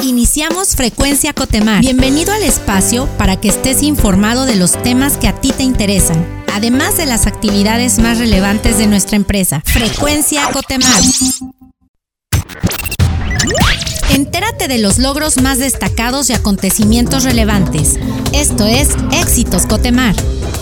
Iniciamos Frecuencia Cotemar. Bienvenido al espacio para que estés informado de los temas que a ti te interesan, además de las actividades más relevantes de nuestra empresa. Frecuencia Cotemar. Entérate de los logros más destacados y acontecimientos relevantes. Esto es Éxitos Cotemar.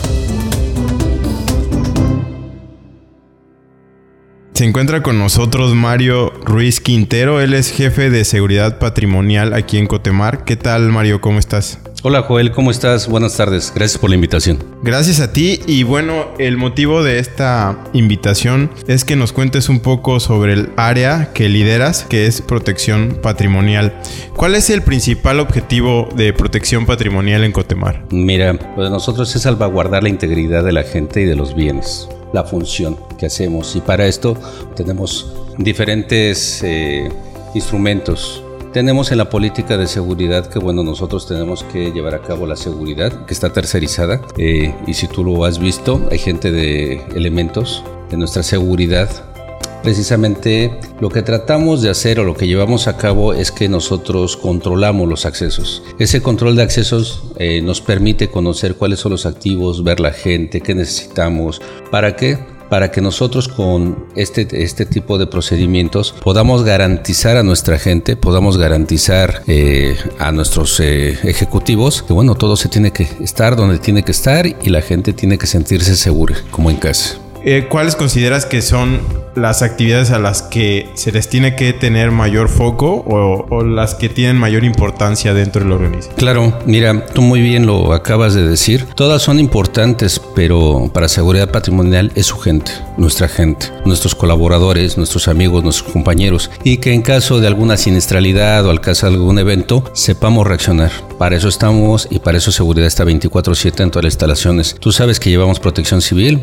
Se encuentra con nosotros Mario Ruiz Quintero. Él es jefe de seguridad patrimonial aquí en Cotemar. ¿Qué tal, Mario? ¿Cómo estás? Hola, Joel. ¿Cómo estás? Buenas tardes. Gracias por la invitación. Gracias a ti. Y bueno, el motivo de esta invitación es que nos cuentes un poco sobre el área que lideras, que es protección patrimonial. ¿Cuál es el principal objetivo de protección patrimonial en Cotemar? Mira, pues nosotros es salvaguardar la integridad de la gente y de los bienes. La función que hacemos, y para esto tenemos diferentes instrumentos. Tenemos en la política de seguridad que nosotros tenemos que llevar a cabo la seguridad que está tercerizada, y si tú lo has visto, hay gente de elementos de nuestra seguridad. Precisamente lo que tratamos de hacer o lo que llevamos a cabo es que nosotros controlamos los accesos. Ese control de accesos nos permite conocer cuáles son los activos, ver la gente, qué necesitamos. ¿Para qué? Para que nosotros con este tipo de procedimientos podamos garantizar a nuestra gente, podamos garantizar a nuestros ejecutivos que todo se tiene que estar donde tiene que estar y la gente tiene que sentirse segura, como en casa. ¿Cuáles consideras que son las actividades a las que se les tiene que tener mayor foco o las que tienen mayor importancia dentro del organismo? Claro, mira, tú muy bien lo acabas de decir. Todas son importantes, pero para seguridad patrimonial es su gente, nuestra gente, nuestros colaboradores, nuestros amigos, nuestros compañeros, y que en caso de alguna siniestralidad o al caso de algún evento, sepamos reaccionar. Para eso estamos y para eso seguridad está 24/7 en todas las instalaciones. Tú sabes que llevamos protección civil,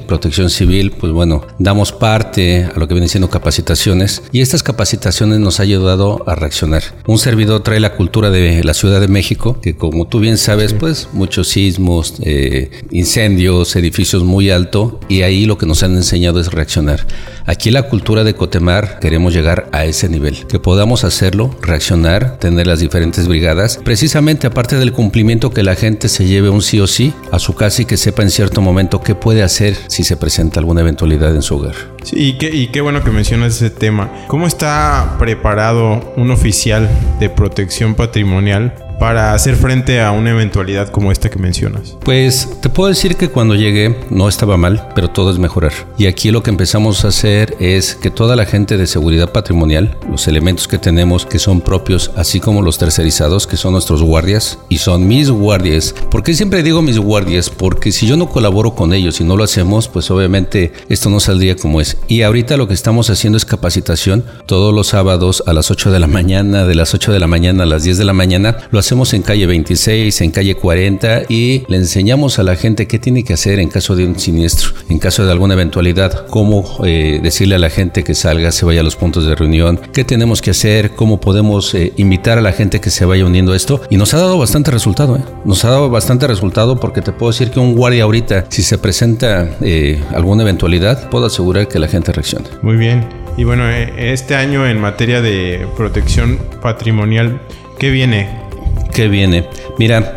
pues damos parte a lo que viene siendo capacitaciones, y estas capacitaciones nos ha ayudado a reaccionar. Un servidor trae la cultura de la Ciudad de México, que como tú bien sabes, muchos sismos, incendios, edificios muy altos, y ahí lo que nos han enseñado es reaccionar. Aquí la cultura de Cotemar queremos llegar a ese nivel, que podamos hacerlo, reaccionar, tener las diferentes brigadas, precisamente aparte del cumplimiento que la gente se lleve un sí o sí a su casa y que sepa en cierto momento qué puede hacer si se presenta alguna eventualidad en su hogar. Sí, y qué bueno que mencionas ese tema. ¿Cómo está preparado un oficial de protección patrimonial para hacer frente a una eventualidad como esta que mencionas? Pues te puedo decir que cuando llegué no estaba mal, pero todo es mejorar. Y aquí lo que empezamos a hacer es que toda la gente de seguridad patrimonial, los elementos que tenemos que son propios, así como los tercerizados, que son nuestros guardias, y son mis guardias. ¿Por qué siempre digo mis guardias? Porque si yo no colaboro con ellos y no lo hacemos, pues obviamente esto no saldría como es. Y ahorita lo que estamos haciendo es capacitación todos los sábados a las 8 de la mañana, de las 8 de la mañana a las 10 de la mañana. Lo hacemos en calle 26, en calle 40, y le enseñamos a la gente qué tiene que hacer en caso de un siniestro, en caso de alguna eventualidad, cómo decirle a la gente que salga, se vaya a los puntos de reunión, qué tenemos que hacer, cómo podemos invitar a la gente que se vaya uniendo a esto, y nos ha dado bastante resultado. Nos ha dado bastante resultado porque te puedo decir que un guardia ahorita, si se presenta alguna eventualidad, puedo asegurar que la gente reacciona. Muy bien. Y este año en materia de protección patrimonial, ¿qué viene? ¿Qué viene? Mira,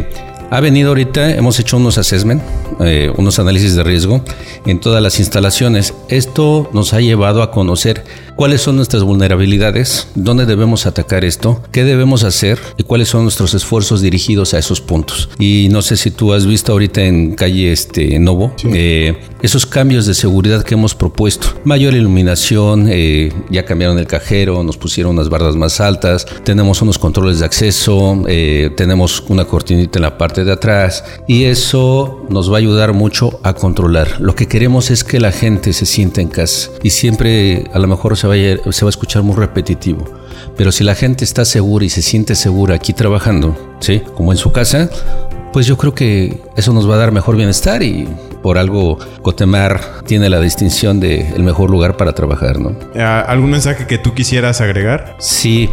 ha venido ahorita, hemos hecho unos assessment, unos análisis de riesgo en todas las instalaciones. Esto nos ha llevado a conocer cuáles son nuestras vulnerabilidades, dónde debemos atacar esto, qué debemos hacer y cuáles son nuestros esfuerzos dirigidos a esos puntos. Y no sé si tú has visto ahorita en calle Novo, esos cambios de seguridad que hemos propuesto. Mayor iluminación, ya cambiaron el cajero, nos pusieron unas bardas más altas, tenemos unos controles de acceso, tenemos una cortinita en la parte de atrás, y eso nos va a ayudar mucho a controlar. Lo que queremos es que la gente se sienta en casa, y siempre a lo mejor se va a escuchar muy repetitivo, pero si la gente está segura y se siente segura aquí trabajando, ¿sí?, como en su casa, pues yo creo que eso nos va a dar mejor bienestar, y por algo Cotemar tiene la distinción de el mejor lugar para trabajar, ¿no? ¿Algún mensaje que tú quisieras agregar? Sí,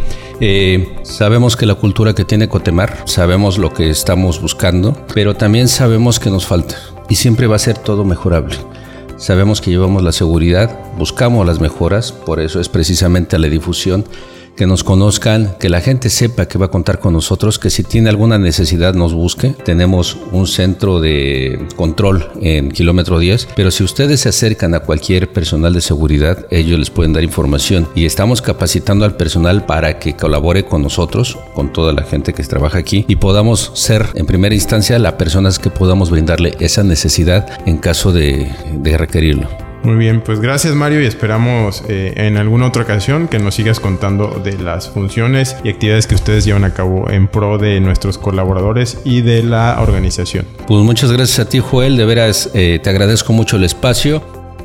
sabemos que la cultura que tiene Cotemar, sabemos lo que estamos buscando, pero también sabemos que nos falta, y siempre va a ser todo mejorable. Sabemos que llevamos la seguridad, buscamos las mejoras, por eso es precisamente la difusión que nos conozcan, que la gente sepa que va a contar con nosotros, que si tiene alguna necesidad nos busque. Tenemos un centro de control en kilómetro 10, pero si ustedes se acercan a cualquier personal de seguridad, ellos les pueden dar información y estamos capacitando al personal para que colabore con nosotros, con toda la gente que trabaja aquí y podamos ser en primera instancia las personas que podamos brindarle esa necesidad en caso de requerirlo. Muy bien, pues gracias Mario y esperamos en alguna otra ocasión que nos sigas contando de las funciones y actividades que ustedes llevan a cabo en pro de nuestros colaboradores y de la organización. Pues muchas gracias a ti, Joel, de veras te agradezco mucho el espacio.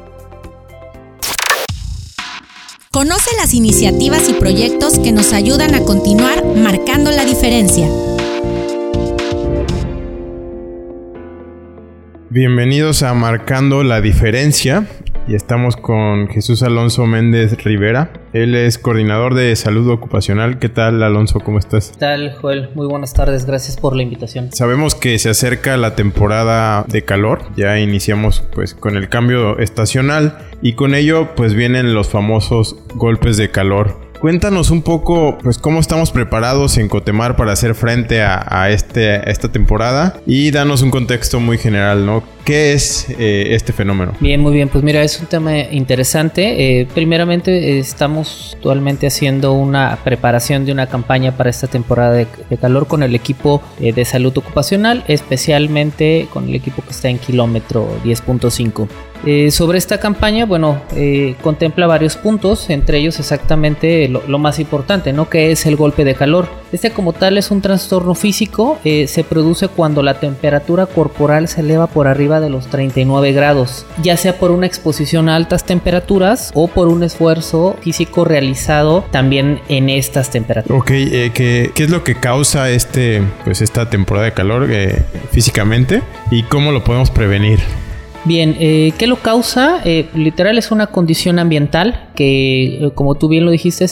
Conoce las iniciativas y proyectos que nos ayudan a continuar marcando la diferencia. Bienvenidos a Marcando la Diferencia y estamos con Jesús Alonso Méndez Rivera. Él es coordinador de salud ocupacional. ¿Qué tal, Alonso? ¿Cómo estás? ¿Qué tal, Joel? Muy buenas tardes. Gracias por la invitación. Sabemos que se acerca la temporada de calor. Ya iniciamos pues con el cambio estacional y con ello pues vienen los famosos golpes de calor. Cuéntanos un poco, pues, cómo estamos preparados en Cotemar para hacer frente a esta temporada y danos un contexto muy general, ¿no? ¿Qué es este fenómeno? Bien, muy bien. Pues mira, es un tema interesante. Primeramente, estamos actualmente haciendo una preparación de una campaña para esta temporada de calor con el equipo de salud ocupacional, especialmente con el equipo que está en kilómetro 10.5. Sobre esta campaña, bueno, contempla varios puntos, entre ellos exactamente lo más importante, ¿no? Que es el golpe de calor. Este como tal es un trastorno físico, se produce cuando la temperatura corporal se eleva por arriba de los 39 grados, ya sea por una exposición a altas temperaturas o por un esfuerzo físico realizado también en estas temperaturas. Ok, ¿qué es lo que causa esta temporada de calor físicamente y cómo lo podemos prevenir? Bien, ¿qué lo causa? Literal es una condición ambiental que, como tú bien lo dijiste,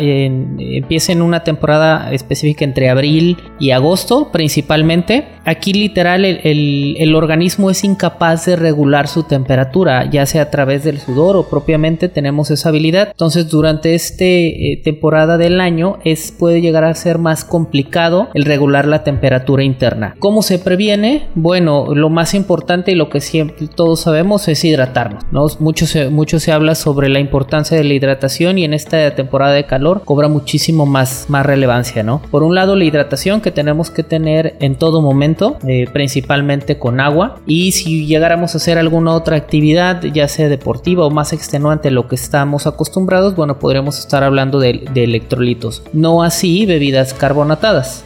empieza en una temporada específica entre abril y agosto principalmente. Aquí literal el organismo es incapaz de regular su temperatura, ya sea a través del sudor o propiamente tenemos esa habilidad. Entonces durante esta temporada del año puede llegar a ser más complicado el regular la temperatura interna. ¿Cómo se previene? Bueno, lo más importante y lo que siempre todos sabemos es hidratarnos, ¿no? Mucho se habla sobre la importancia de la hidratación y en esta temporada de calor cobra muchísimo más relevancia, ¿no? Por un lado, la hidratación que tenemos que tener en todo momento, principalmente con agua, y si llegáramos a hacer alguna otra actividad, ya sea deportiva o más extenuante a lo que estamos acostumbrados, bueno, podríamos estar hablando de electrolitos, no así bebidas carbonatadas.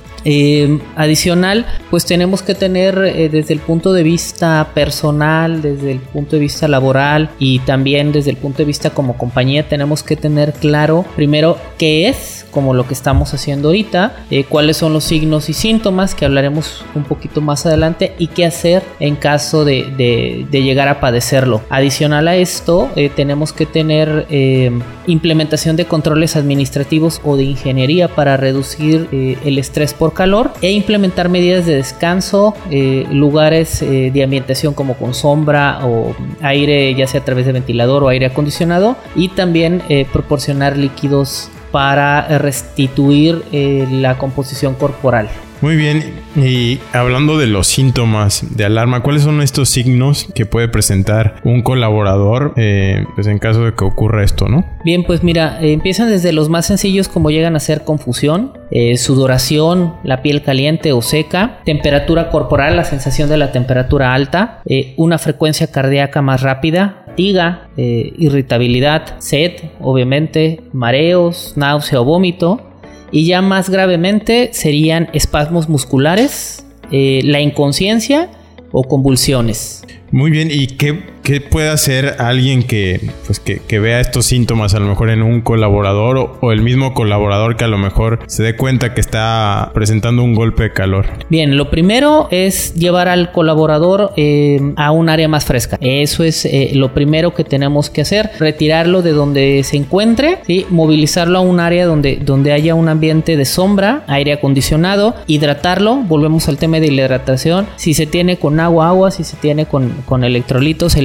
Adicional, pues tenemos que tener desde el punto de vista personal, desde el punto de vista laboral y también desde el punto de vista como compañía, tenemos que tener claro primero qué es, como lo que estamos haciendo ahorita, cuáles son los signos y síntomas que hablaremos un poquito más adelante y qué hacer en caso de llegar a padecerlo. Adicional a esto, tenemos que tener implementación de controles administrativos o de ingeniería para reducir el estrés por calor e implementar medidas de descanso, lugares de ambientación como con sombra o aire, ya sea a través de ventilador o aire acondicionado, y también proporcionar líquidos para restituir la composición corporal. Muy bien, y hablando de los síntomas de alarma, ¿cuáles son estos signos que puede presentar un colaborador pues en caso de que ocurra esto, ¿no? Bien, pues mira, empiezan desde los más sencillos como llegan a ser confusión, sudoración, la piel caliente o seca, temperatura corporal, la sensación de la temperatura alta, una frecuencia cardíaca más rápida, fatiga, irritabilidad, sed, obviamente, mareos, náusea o vómito. Y ya más gravemente serían espasmos musculares, la inconsciencia o convulsiones. Muy bien, ¿y qué puede hacer alguien que vea estos síntomas a lo mejor en un colaborador o el mismo colaborador que a lo mejor se dé cuenta que está presentando un golpe de calor? Bien, lo primero es llevar al colaborador a un área más fresca. Eso es lo primero que tenemos que hacer, retirarlo de donde se encuentre, ¿sí? Movilizarlo a un área donde haya un ambiente de sombra, aire acondicionado, hidratarlo, volvemos al tema de la hidratación, si se tiene con agua, si se tiene con electrolitos,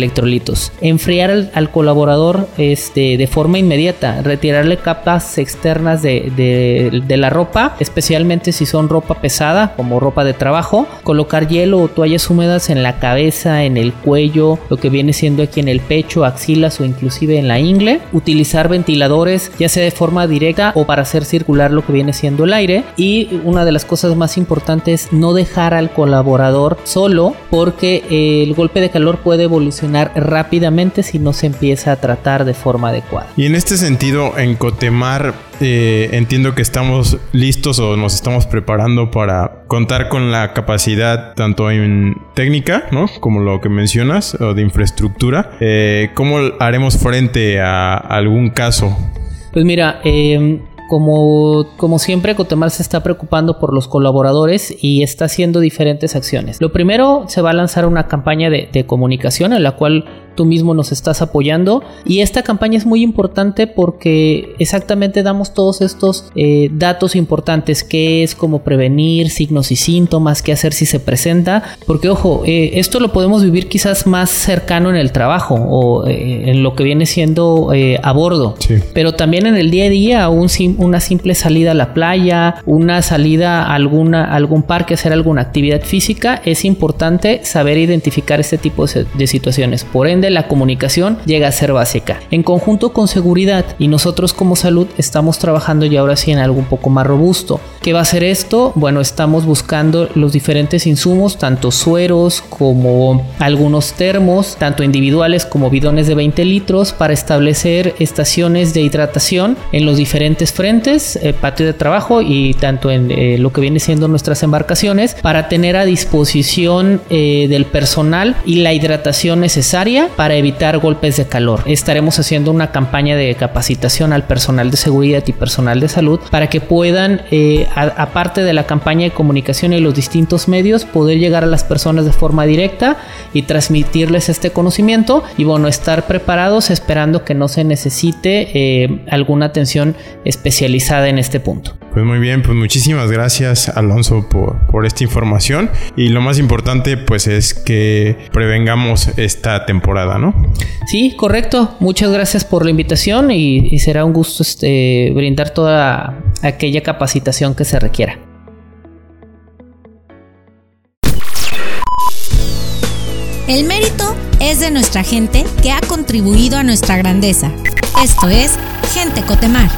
electrolitos. Enfriar al colaborador de forma inmediata, retirarle capas externas de la ropa, especialmente si son ropa pesada como ropa de trabajo, colocar hielo o toallas húmedas en la cabeza, en el cuello, lo que viene siendo aquí en el pecho, axilas o inclusive en la ingle, utilizar ventiladores ya sea de forma directa o para hacer circular lo que viene siendo el aire. Y una de las cosas más importantes, no dejar al colaborador solo, porque el golpe de calor puede evolucionar rápidamente si no se empieza a tratar de forma adecuada. Y en este sentido, en Cotemar, entiendo que estamos listos o nos estamos preparando para contar con la capacidad tanto en técnica, ¿no?, como lo que mencionas, o de infraestructura. ¿Cómo haremos frente a algún caso? Pues mira, como siempre, Cotemar se está preocupando por los colaboradores y está haciendo diferentes acciones. Lo primero, se va a lanzar una campaña de comunicación en la cual tú mismo nos estás apoyando, y esta campaña es muy importante porque exactamente damos todos estos datos importantes, qué es, cómo prevenir, signos y síntomas, qué hacer si se presenta, porque ojo, esto lo podemos vivir quizás más cercano en el trabajo o en lo que viene siendo a bordo, sí, pero también en el día a día, una simple salida a la playa, una salida a algún parque, hacer alguna actividad física, es importante saber identificar este tipo de situaciones. Por ende, la comunicación llega a ser básica. En conjunto con seguridad, y nosotros como salud estamos trabajando ya ahora sí en algo un poco más robusto. ¿Qué va a ser esto? Bueno, estamos buscando los diferentes insumos, tanto sueros como algunos termos, tanto individuales como bidones de 20 litros, para establecer estaciones de hidratación en los diferentes frentes, patio de trabajo y tanto en lo que viene siendo nuestras embarcaciones, para tener a disposición del personal y la hidratación necesaria para evitar golpes de calor. Estaremos haciendo una campaña de capacitación al personal de seguridad y personal de salud para que puedan, aparte de la campaña de comunicación y los distintos medios, poder llegar a las personas de forma directa y transmitirles este conocimiento y bueno, estar preparados esperando que no se necesite alguna atención especializada en este punto. Pues muy bien, pues muchísimas gracias, Alonso, por esta información, y lo más importante pues es que prevengamos esta temporada, ¿no? Sí, correcto. Muchas gracias por la invitación y será un gusto brindar toda aquella capacitación que se requiera. El mérito es de nuestra gente que ha contribuido a nuestra grandeza. Esto es Gente Cotemar.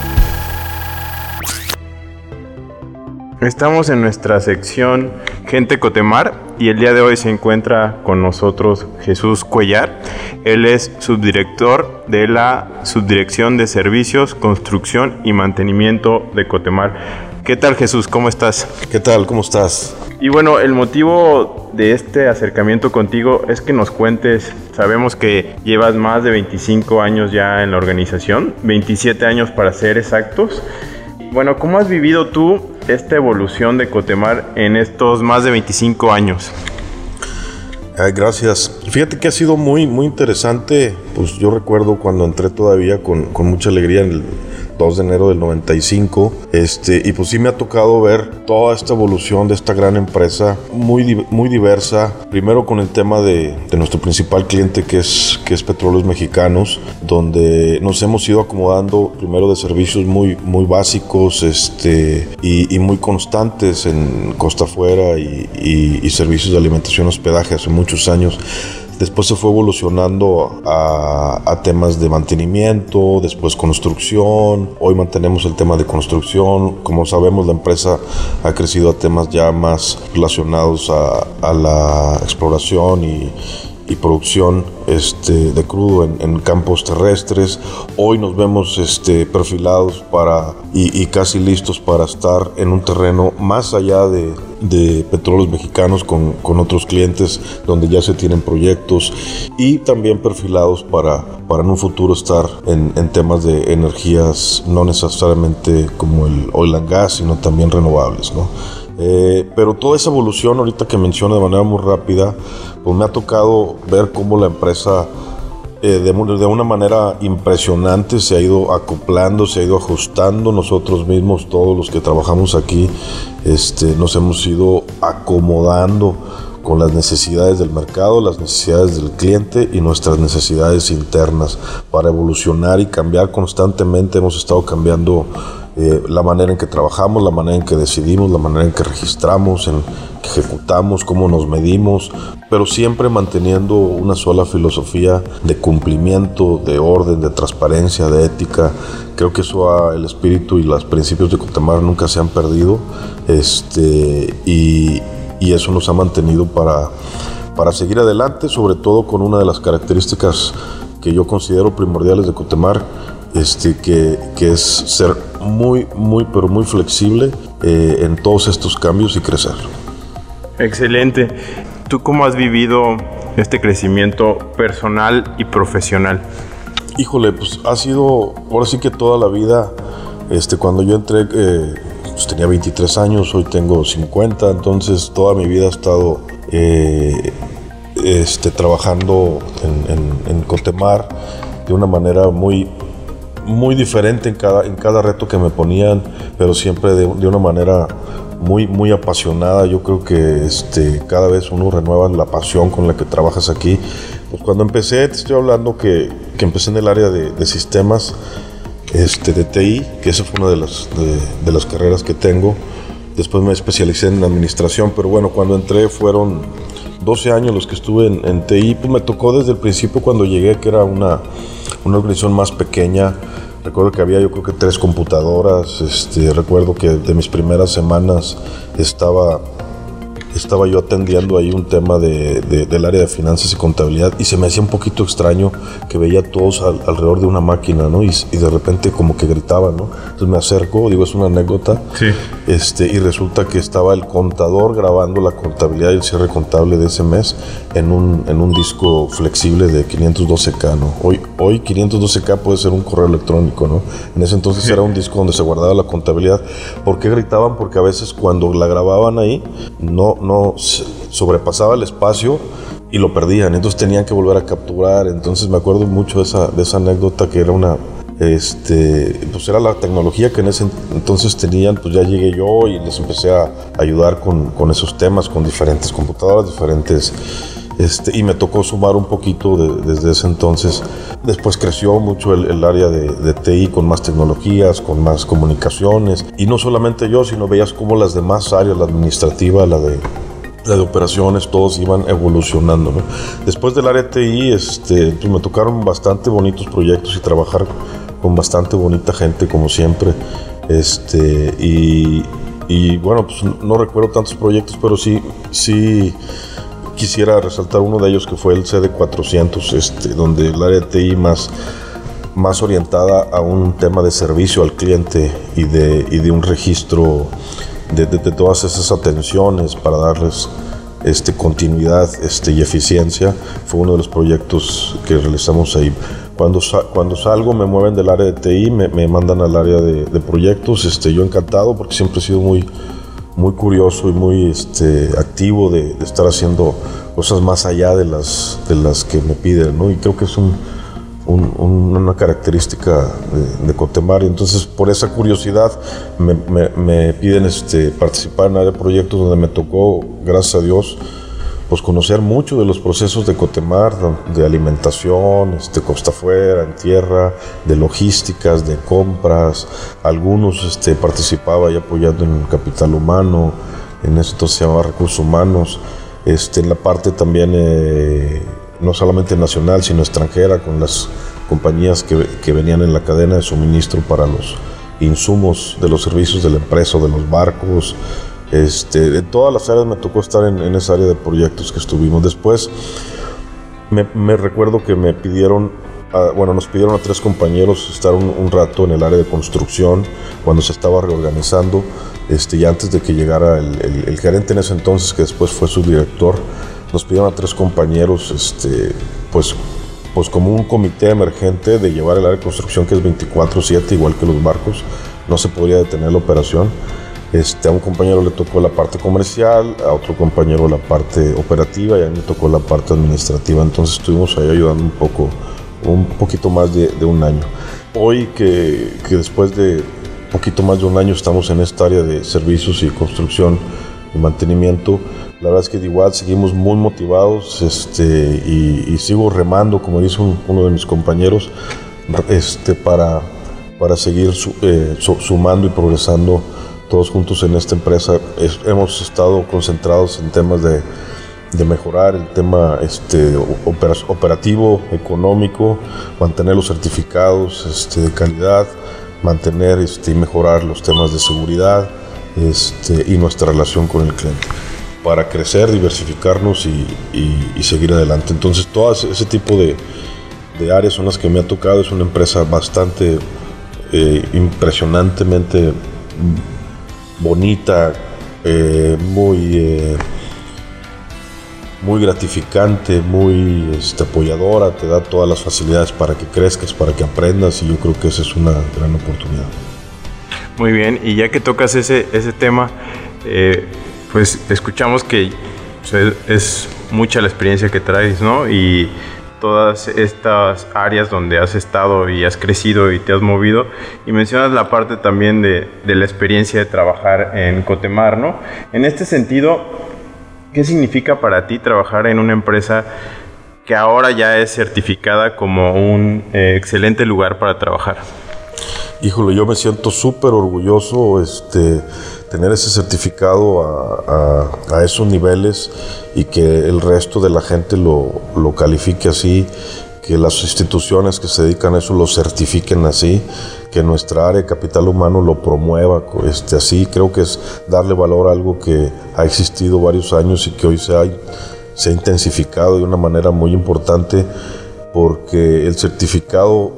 Estamos en nuestra sección Gente Cotemar y el día de hoy se encuentra con nosotros Jesús Cuellar. Él es subdirector de la Subdirección de Servicios, Construcción y Mantenimiento de Cotemar. ¿Qué tal, Jesús? ¿Cómo estás? ¿Qué tal? ¿Cómo estás? Y bueno, el motivo de este acercamiento contigo es que nos cuentes, sabemos que llevas más de 25 años ya en la organización, 27 años para ser exactos. Bueno, ¿cómo has vivido tú esta evolución de Cotemar en estos más de 25 años? Gracias. Fíjate que ha sido muy interesante. Pues yo recuerdo cuando entré todavía con mucha alegría en el 2 de enero del 95, y pues sí me ha tocado ver toda esta evolución de esta gran empresa, muy diversa, primero con el tema de nuestro principal cliente que es Petróleos Mexicanos, donde nos hemos ido acomodando primero de servicios muy básicos y muy constantes en costa afuera y servicios de alimentación, hospedaje hace muchos años. Después se fue evolucionando a temas de mantenimiento, después construcción. Hoy mantenemos el tema de construcción. Como sabemos, la empresa ha crecido a temas ya más relacionados a la exploración y producción de crudo en campos terrestres. Hoy nos vemos perfilados y casi listos para estar en un terreno más allá de Petróleos Mexicanos con otros clientes donde ya se tienen proyectos, y también perfilados para en un futuro estar en temas de energías no necesariamente como el oil and gas, sino también renovables, ¿no? Pero toda esa evolución ahorita que menciono de manera muy rápida, pues me ha tocado ver cómo la empresa de una manera impresionante se ha ido acoplando, se ha ido ajustando. Nosotros mismos, todos los que trabajamos aquí, nos hemos ido acomodando con las necesidades del mercado, las necesidades del cliente y nuestras necesidades internas para evolucionar y cambiar constantemente. Hemos estado cambiando la manera en que trabajamos, la manera en que decidimos, la manera en que registramos, en que ejecutamos, cómo nos medimos, pero siempre manteniendo una sola filosofía de cumplimiento, de orden, de transparencia, de ética. Creo que eso, el espíritu y los principios de Cotemar nunca se han perdido, y eso nos ha mantenido para seguir adelante, sobre todo con una de las características que yo considero primordiales de Cotemar, que es ser muy flexible en todos estos cambios y crecer. Excelente. ¿Tú cómo has vivido este crecimiento personal y profesional? Híjole, pues ha sido, ahora sí que toda la vida, cuando yo entré, pues tenía 23 años, hoy tengo 50, entonces toda mi vida he estado trabajando en Cotemar de una manera muy diferente en cada reto que me ponían, pero siempre de una manera muy apasionada. Yo creo que cada vez uno renueva la pasión con la que trabajas aquí. Pues cuando empecé, te estoy hablando que empecé en el área de sistemas de TI, que esa fue una de las carreras que tengo. Después me especialicé en administración, pero bueno, cuando entré fueron 12 años los que estuve en TI. Pues me tocó desde el principio cuando llegué, que era una organización más pequeña. Recuerdo que había, yo creo que 3 computadoras. Recuerdo que de mis primeras semanas estaba yo atendiendo ahí un tema del área de finanzas y contabilidad, y se me hacía un poquito extraño que veía a todos alrededor de una máquina, ¿no? Y de repente como que gritaban, ¿no? Entonces me acerco, digo, es una anécdota. Sí. Y resulta que estaba el contador grabando la contabilidad y el cierre contable de ese mes en un disco flexible de 512K, ¿no? Hoy 512K puede ser un correo electrónico, ¿no? En ese entonces era un disco donde se guardaba la contabilidad. ¿Por qué gritaban? Porque a veces cuando la grababan ahí no sobrepasaba el espacio y lo perdían, entonces tenían que volver a capturar. Entonces me acuerdo mucho de esa anécdota, que era pues era la tecnología que en ese entonces tenían. Pues ya llegué yo y les empecé a ayudar con esos temas, con diferentes computadoras, diferentes, y me tocó sumar un poquito desde ese entonces. Después creció mucho el área de TI, con más tecnologías, con más comunicaciones, y no solamente yo, sino veías cómo las demás áreas, la administrativa, la de operaciones, todos iban evolucionando, ¿no? Después del área de TI, pues me tocaron bastante bonitos proyectos y trabajar con bastante bonita gente, como siempre. Y bueno, pues no recuerdo tantos proyectos, pero sí quisiera resaltar uno de ellos, que fue el CD400, donde el área de TI más orientada a un tema de servicio al cliente y de un registro de todas esas atenciones para darles continuidad y eficiencia. Fue uno de los proyectos que realizamos ahí. Cuando salgo, me mueven del área de TI, me mandan al área de proyectos. Yo encantado, porque siempre he sido muy curioso y muy activo de estar haciendo cosas más allá de las que me piden, ¿no? Y creo que es una característica de Cotemar. Y entonces, por esa curiosidad me piden participar en área de proyectos, donde me tocó, gracias a Dios, pues conocer mucho de los procesos de Cotemar, de alimentación, costa afuera, en tierra, de logísticas, de compras. Algunos participaba y apoyando en capital humano, en eso entonces se llamaba recursos humanos, en la parte también no solamente nacional, sino extranjera, con las compañías que venían en la cadena de suministro para los insumos de los servicios de la empresa o de los barcos. De todas las áreas me tocó estar en esa área de proyectos que estuvimos. Después me recuerdo que nos pidieron a 3 compañeros estar un rato en el área de construcción, cuando se estaba reorganizando, y antes de que llegara el gerente en ese entonces, que después fue subdirector. Nos pidieron a 3 compañeros, pues como un comité emergente, de llevar el área de construcción, que es 24/7, igual que los barcos. No se podría detener la operación. A un compañero le tocó la parte comercial, a otro compañero la parte operativa, y a mí me tocó la parte administrativa. Entonces estuvimos ahí ayudando un poquito más de un año. Hoy que después de poquito más de un año estamos en esta área de servicios y construcción, y mantenimiento. La verdad es que igual seguimos muy motivados y sigo remando, como dice uno de mis compañeros, para seguir sumando y progresando todos juntos en esta empresa. Hemos estado concentrados en temas de mejorar el tema operativo, económico, mantener los certificados de calidad, mantener y mejorar los temas de seguridad y nuestra relación con el cliente, para crecer, diversificarnos y seguir adelante. Entonces, todo ese tipo de áreas son las que me ha tocado. Es una empresa bastante impresionantemente bonita, muy gratificante, muy apoyadora, te da todas las facilidades para que crezcas, para que aprendas, y yo creo que esa es una gran oportunidad. Muy bien, y ya que tocas ese tema, pues escuchamos que es mucha la experiencia que traes, ¿no? Y todas estas áreas donde has estado y has crecido y te has movido, y mencionas la parte también de la experiencia de trabajar en Cotemar, ¿no? En este sentido, ¿qué significa para ti trabajar en una empresa que ahora ya es certificada como un excelente lugar para trabajar? Híjole, yo me siento súper orgulloso tener ese certificado a esos niveles, y que el resto de la gente lo califique así, que las instituciones que se dedican a eso lo certifiquen así, que nuestra área de capital humano lo promueva así. Creo que es darle valor a algo que ha existido varios años y que hoy se ha intensificado de una manera muy importante, porque el certificado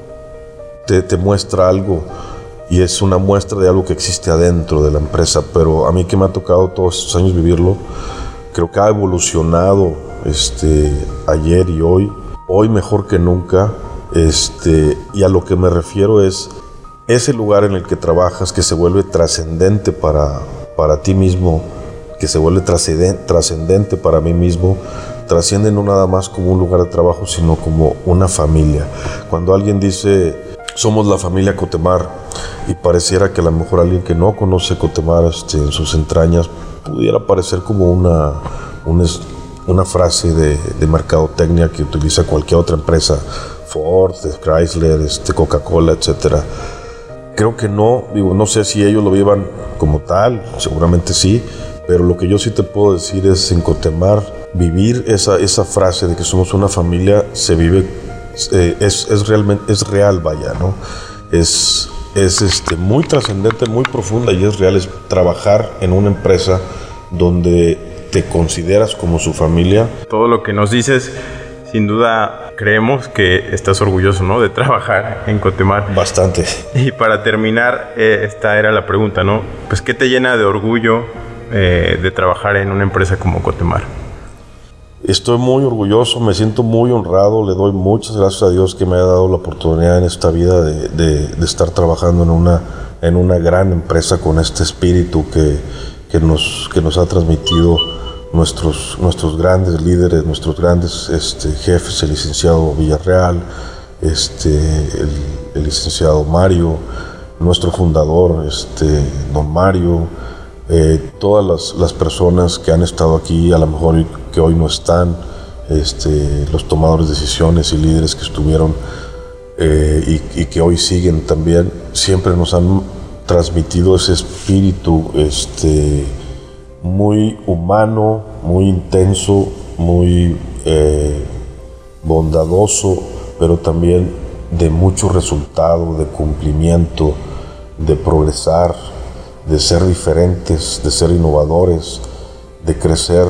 te muestra algo, y es una muestra de algo que existe adentro de la empresa. Pero a mí, que me ha tocado todos estos años vivirlo, creo que ha evolucionado ayer y hoy mejor que nunca, y a lo que me refiero es ese lugar en el que trabajas, que se vuelve trascendente para ti mismo, que se vuelve trascendente para mí mismo. Trasciende no nada más como un lugar de trabajo, sino como una familia. Cuando alguien dice somos la familia Cotemar, y pareciera que a lo mejor alguien que no conoce Cotemar en sus entrañas pudiera parecer como una frase de mercadotecnia que utiliza cualquier otra empresa, Ford, Chrysler, Coca-Cola, etcétera. Creo que no, no sé si ellos lo vivan como tal, seguramente sí, pero lo que yo sí te puedo decir es, en Cotemar, vivir esa frase de que somos una familia se vive, es real, vaya, ¿no? Es muy trascendente, muy profunda, y es real. Es trabajar en una empresa donde te consideras como su familia. Todo lo que nos dices, sin duda creemos que estás orgulloso, ¿no?, de trabajar en Cotemar. Bastante. Y para terminar, esta era la pregunta, ¿no? Pues, ¿qué te llena de orgullo de trabajar en una empresa como Cotemar? Estoy muy orgulloso, me siento muy honrado, le doy muchas gracias a Dios que me haya dado la oportunidad en esta vida de estar trabajando en una gran empresa con este espíritu que nos ha transmitido nuestros grandes líderes, nuestros grandes jefes, el licenciado Villarreal, el licenciado Mario, nuestro fundador, don Mario, todas las personas que han estado aquí, a lo mejor que hoy no están, los tomadores de decisiones y líderes que estuvieron y que hoy siguen también, siempre nos han transmitido ese espíritu muy humano, muy intenso, muy bondadoso, pero también de mucho resultado, de cumplimiento, de progresar, de ser diferentes, de ser innovadores, de crecer,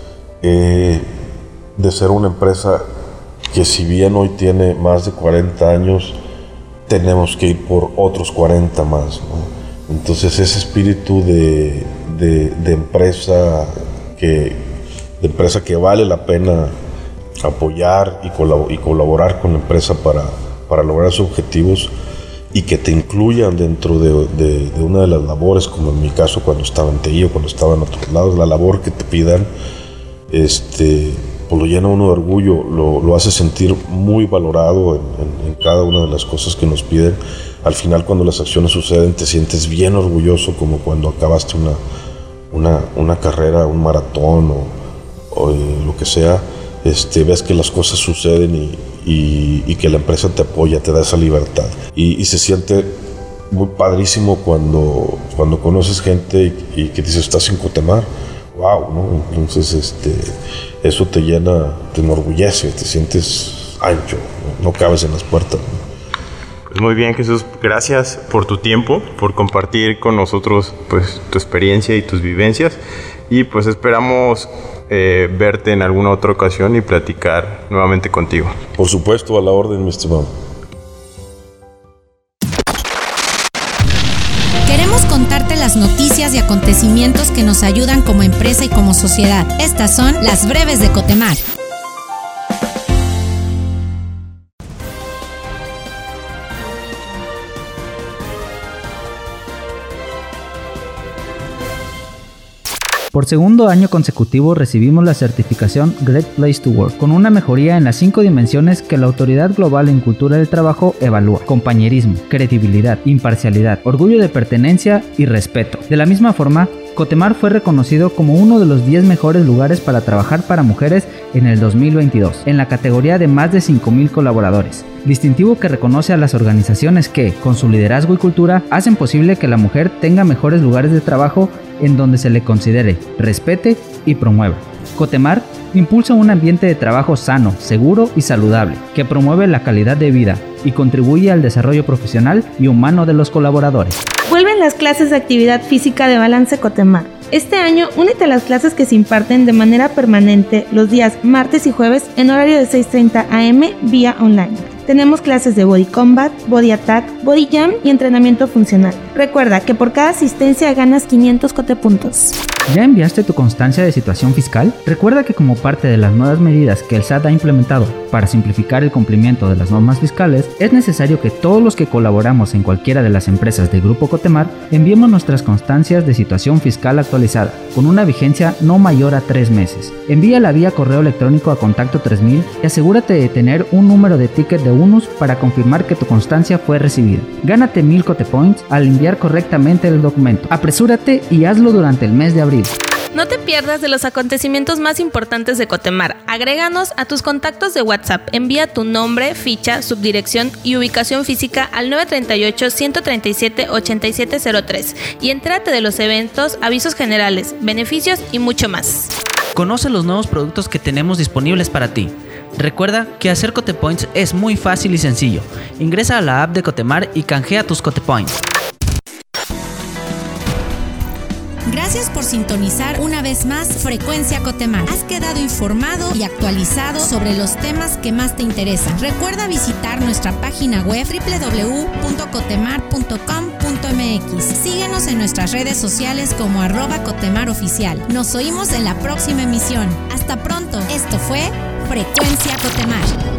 de ser una empresa que, si bien hoy tiene más de 40 años, tenemos que ir por otros 40 más, ¿no? Entonces, ese espíritu de empresa que vale la pena apoyar y colaborar con la empresa para lograr sus objetivos, y que te incluyan dentro de una de las labores, como en mi caso cuando estaba en TI o cuando estaba en otros lados, la labor que te pidan, pues lo llena uno de orgullo, lo hace sentir muy valorado en cada una de las cosas que nos piden. Al final, cuando las acciones suceden, te sientes bien orgulloso, como cuando acabaste una carrera, un maratón o lo que sea, ves que las cosas suceden y que la empresa te apoya, te da esa libertad. Y se siente muy padrísimo cuando conoces gente y que dices, estás en Cotemar, wow, ¿no? Entonces eso te llena, te enorgullece, te sientes ancho, no cabes en las puertas, ¿no? Pues muy bien, Jesús, gracias por tu tiempo, por compartir con nosotros pues tu experiencia y tus vivencias, y pues esperamos verte en alguna otra ocasión y platicar nuevamente contigo. Por supuesto, a la orden, mi estimado. Queremos contarte las noticias y acontecimientos que nos ayudan como empresa y como sociedad. Estas son las breves de Cotemar. Por segundo año consecutivo recibimos la certificación Great Place to Work, con una mejoría en las 5 dimensiones que la Autoridad Global en Cultura del Trabajo evalúa: compañerismo, credibilidad, imparcialidad, orgullo de pertenencia y respeto. De la misma forma, Cotemar fue reconocido como uno de los 10 mejores lugares para trabajar para mujeres en el 2022, en la categoría de más de 5,000 colaboradores, distintivo que reconoce a las organizaciones que, con su liderazgo y cultura, hacen posible que la mujer tenga mejores lugares de trabajo en donde se le considere, respete y promueva. Cotemar impulsa un ambiente de trabajo sano, seguro y saludable, que promueve la calidad de vida y contribuye al desarrollo profesional y humano de los colaboradores. Vuelven las clases de actividad física de Balance Cotemar. Este año, únete a las clases que se imparten de manera permanente los días martes y jueves en horario de 6:30 am vía online. Tenemos clases de Body Combat, Body Attack, Body Jam y entrenamiento funcional. Recuerda que por cada asistencia ganas 500 cotepuntos. ¿Ya enviaste tu constancia de situación fiscal? Recuerda que como parte de las nuevas medidas que el SAT ha implementado para simplificar el cumplimiento de las normas fiscales, es necesario que todos los que colaboramos en cualquiera de las empresas del Grupo Cotemar enviemos nuestras constancias de situación fiscal actualizada, con una vigencia no mayor a 3 meses. Envíala vía correo electrónico a contacto 3000 y asegúrate de tener un número de ticket de UNUS para confirmar que tu constancia fue recibida. Gánate 1000 cotepoints al enviar correctamente el documento. Apresúrate y hazlo durante el mes de abril. No te pierdas de los acontecimientos más importantes de Cotemar. Agréganos a tus contactos de WhatsApp. Envía tu nombre, ficha, subdirección y ubicación física al 938-137-8703 y entérate de los eventos, avisos generales, beneficios y mucho más. Conoce los nuevos productos que tenemos disponibles para ti. Recuerda que hacer Cotepoints es muy fácil y sencillo. Ingresa a la app de Cotemar y canjea tus Cotepoints. Gracias por sintonizar una vez más Frecuencia Cotemar. Has quedado informado y actualizado sobre los temas que más te interesan. Recuerda visitar nuestra página web www.cotemar.com.mx. Síguenos en nuestras redes sociales como @Cotemaroficial. Nos oímos en la próxima emisión. Hasta pronto. Esto fue Frecuencia Cotemar.